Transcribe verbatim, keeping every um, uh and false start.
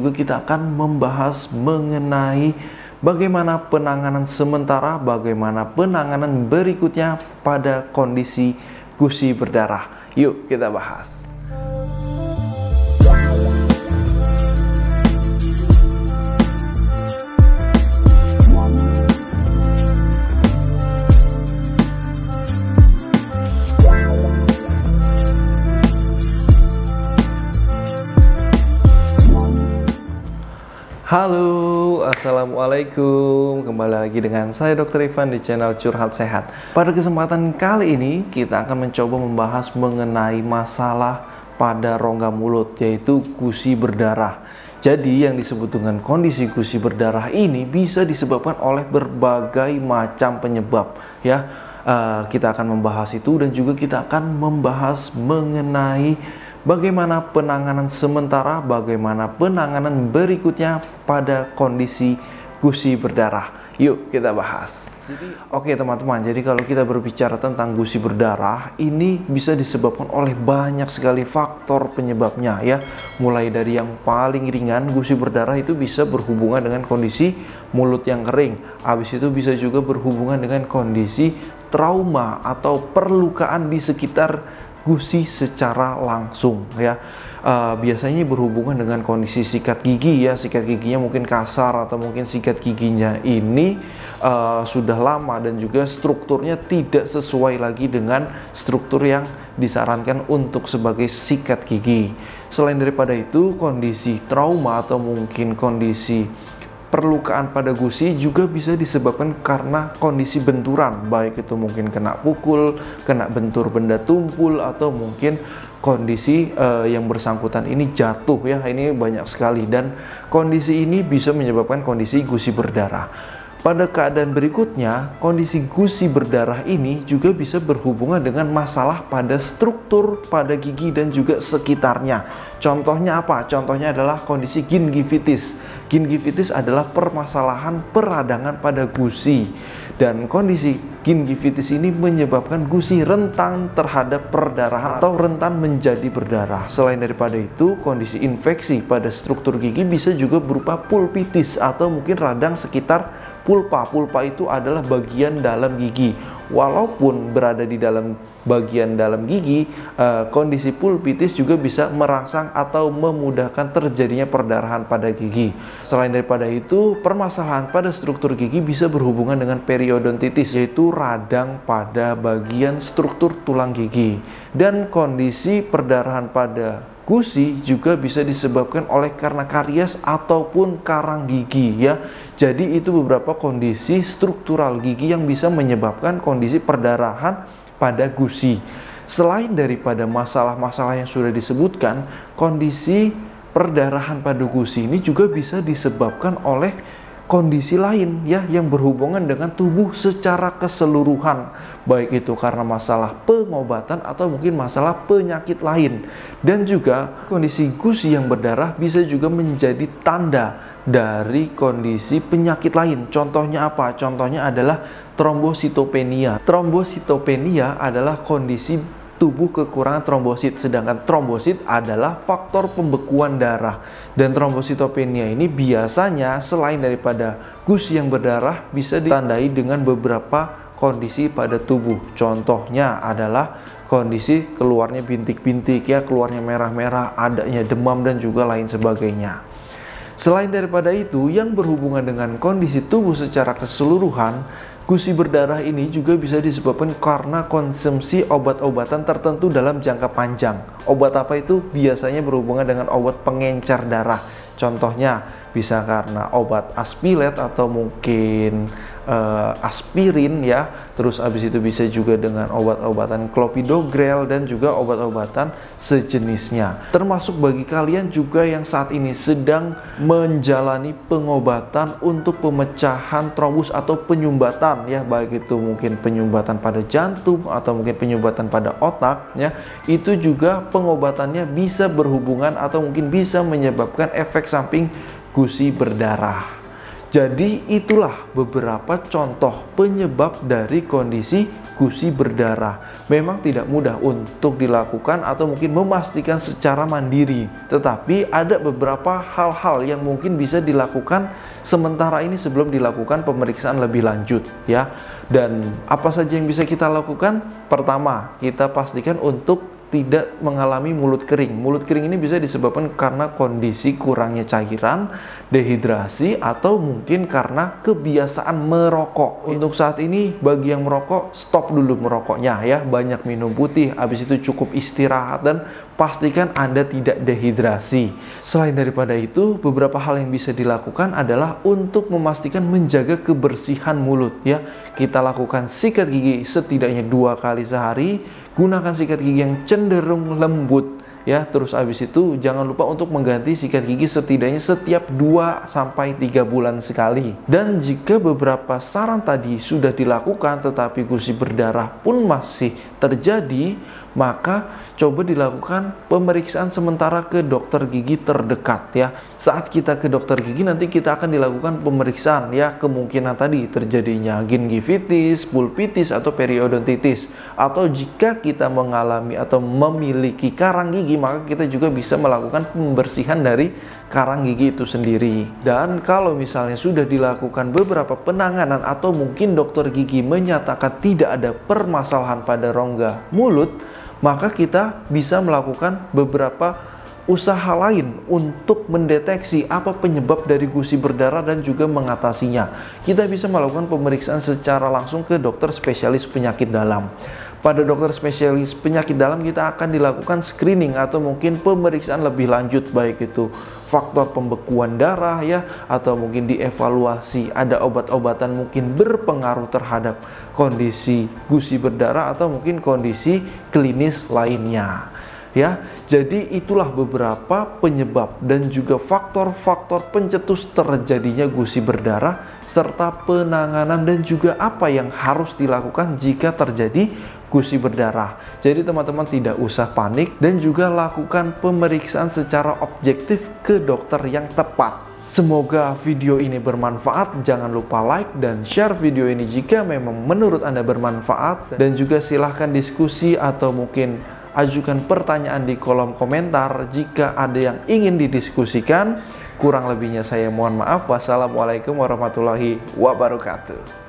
juga kita akan membahas mengenai bagaimana penanganan sementara, bagaimana penanganan berikutnya pada kondisi gusi berdarah. Yuk kita bahas. Halo, assalamualaikum. Kembali lagi dengan saya dokter Ivan di channel Curhat Sehat. Pada kesempatan kali ini kita akan mencoba membahas mengenai masalah pada rongga mulut, yaitu gusi berdarah. Jadi yang disebut dengan kondisi gusi berdarah ini bisa disebabkan oleh berbagai macam penyebab, ya. Uh, kita akan membahas itu dan juga kita akan membahas mengenai bagaimana penanganan sementara, bagaimana penanganan berikutnya pada kondisi gusi berdarah. Yuk kita bahas. Jadi, oke teman-teman, jadi kalau kita berbicara tentang gusi berdarah, ini bisa disebabkan oleh banyak sekali faktor penyebabnya, ya. Mulai dari yang paling ringan, gusi berdarah itu bisa berhubungan dengan kondisi mulut yang kering. Habis itu bisa juga berhubungan dengan kondisi trauma atau perlukaan di sekitar gusi secara langsung, ya. Uh, biasanya berhubungan dengan kondisi sikat gigi, ya. Sikat giginya mungkin kasar atau mungkin sikat giginya ini uh, sudah lama dan juga strukturnya tidak sesuai lagi dengan struktur yang disarankan untuk sebagai sikat gigi. Selain daripada itu, kondisi trauma atau mungkin kondisi perlukaan pada gusi juga bisa disebabkan karena kondisi benturan, baik itu mungkin kena pukul, kena bentur benda tumpul, atau mungkin kondisi uh, yang bersangkutan ini jatuh, ya. Ini banyak sekali dan kondisi ini bisa menyebabkan kondisi gusi berdarah. Pada keadaan berikutnya, kondisi gusi berdarah ini juga bisa berhubungan dengan masalah pada struktur pada gigi dan juga sekitarnya. Contohnya apa? Contohnya adalah kondisi gingivitis. Gingivitis adalah permasalahan peradangan pada gusi, dan kondisi gingivitis ini menyebabkan gusi rentan terhadap perdarahan atau rentan menjadi berdarah. Selain daripada itu, kondisi infeksi pada struktur gigi bisa juga berupa pulpitis atau mungkin radang sekitar pulpa. Pulpa itu adalah bagian dalam gigi. Walaupun berada di dalam bagian dalam gigi, eh, kondisi pulpitis juga bisa merangsang atau memudahkan terjadinya perdarahan pada gigi. Selain daripada itu, permasalahan pada struktur gigi bisa berhubungan dengan periodontitis, yaitu radang pada bagian struktur tulang gigi. Dan kondisi perdarahan pada gusi juga bisa disebabkan oleh karena karies ataupun karang gigi, ya. Jadi itu beberapa kondisi struktural gigi yang bisa menyebabkan kondisi perdarahan pada gusi. Selain daripada masalah-masalah yang sudah disebutkan, kondisi perdarahan pada gusi ini juga bisa disebabkan oleh kondisi lain, ya, yang berhubungan dengan tubuh secara keseluruhan, baik itu karena masalah pengobatan atau mungkin masalah penyakit lain. Dan juga kondisi gusi yang berdarah bisa juga menjadi tanda dari kondisi penyakit lain. Contohnya apa? Contohnya adalah trombositopenia. Trombositopenia adalah kondisi tubuh kekurangan trombosit, sedangkan trombosit adalah faktor pembekuan darah. Dan trombositopenia ini biasanya selain daripada gusi yang berdarah bisa ditandai dengan beberapa kondisi pada tubuh. Contohnya adalah kondisi keluarnya bintik-bintik, ya, keluarnya merah-merah, adanya demam dan juga lain sebagainya. Selain daripada itu, yang berhubungan dengan kondisi tubuh secara keseluruhan, gusi berdarah ini juga bisa disebabkan karena konsumsi obat-obatan tertentu dalam jangka panjang. Obat apa itu? Biasanya berhubungan dengan obat pengencer darah. Contohnya bisa karena obat aspilet atau mungkin uh, aspirin, ya. Terus habis itu bisa juga dengan obat-obatan clopidogrel dan juga obat-obatan sejenisnya. Termasuk bagi kalian juga yang saat ini sedang menjalani pengobatan untuk pemecahan trombus atau penyumbatan, ya, baik itu mungkin penyumbatan pada jantung atau mungkin penyumbatan pada otak, ya. Itu juga pengobatannya bisa berhubungan atau mungkin bisa menyebabkan efek samping gusi berdarah. Jadi itulah beberapa contoh penyebab dari kondisi gusi berdarah. Memang tidak mudah untuk dilakukan atau mungkin memastikan secara mandiri, tetapi ada beberapa hal-hal yang mungkin bisa dilakukan sementara ini sebelum dilakukan pemeriksaan lebih lanjut ya. Dan apa saja yang bisa kita lakukan? Pertama, kita pastikan untuk tidak mengalami mulut kering. Mulut kering ini bisa disebabkan karena kondisi kurangnya cairan, dehidrasi, atau mungkin karena kebiasaan merokok. Untuk saat ini bagi yang merokok, stop dulu merokoknya ya. Banyak minum putih, habis itu cukup istirahat dan pastikan Anda tidak dehidrasi. Selain daripada itu, beberapa hal yang bisa dilakukan adalah untuk memastikan menjaga kebersihan mulut ya. Kita lakukan sikat gigi setidaknya dua kali sehari. Gunakan sikat gigi yang cenderung lembut ya. Terus habis itu jangan lupa untuk mengganti sikat gigi setidaknya setiap dua sampai tiga bulan sekali. Dan jika beberapa saran tadi sudah dilakukan tetapi gusi berdarah pun masih terjadi, maka coba dilakukan pemeriksaan sementara ke dokter gigi terdekat ya. Saat kita ke dokter gigi nanti kita akan dilakukan pemeriksaan ya, kemungkinan tadi terjadinya gingivitis, pulpitis atau periodontitis. Atau jika kita mengalami atau memiliki karang gigi, maka kita juga bisa melakukan pembersihan dari karang gigi itu sendiri. Dan kalau misalnya sudah dilakukan beberapa penanganan atau mungkin dokter gigi menyatakan tidak ada permasalahan pada rongga mulut, maka kita bisa melakukan beberapa usaha lain untuk mendeteksi apa penyebab dari gusi berdarah dan juga mengatasinya. Kita bisa melakukan pemeriksaan secara langsung ke dokter spesialis penyakit dalam. Pada dokter spesialis penyakit dalam kita akan dilakukan screening atau mungkin pemeriksaan lebih lanjut, baik itu faktor pembekuan darah ya, atau mungkin dievaluasi ada obat-obatan mungkin berpengaruh terhadap kondisi gusi berdarah atau mungkin kondisi klinis lainnya ya. Jadi itulah beberapa penyebab dan juga faktor-faktor pencetus terjadinya gusi berdarah serta penanganan dan juga apa yang harus dilakukan jika terjadi gusi berdarah. Jadi teman-teman tidak usah panik dan juga lakukan pemeriksaan secara objektif ke dokter yang tepat. Semoga video ini bermanfaat. Jangan lupa like dan share video ini jika memang menurut Anda bermanfaat, dan juga silahkan diskusi atau mungkin ajukan pertanyaan di kolom komentar jika ada yang ingin didiskusikan. Kurang lebihnya saya mohon maaf. Wassalamualaikum warahmatullahi wabarakatuh.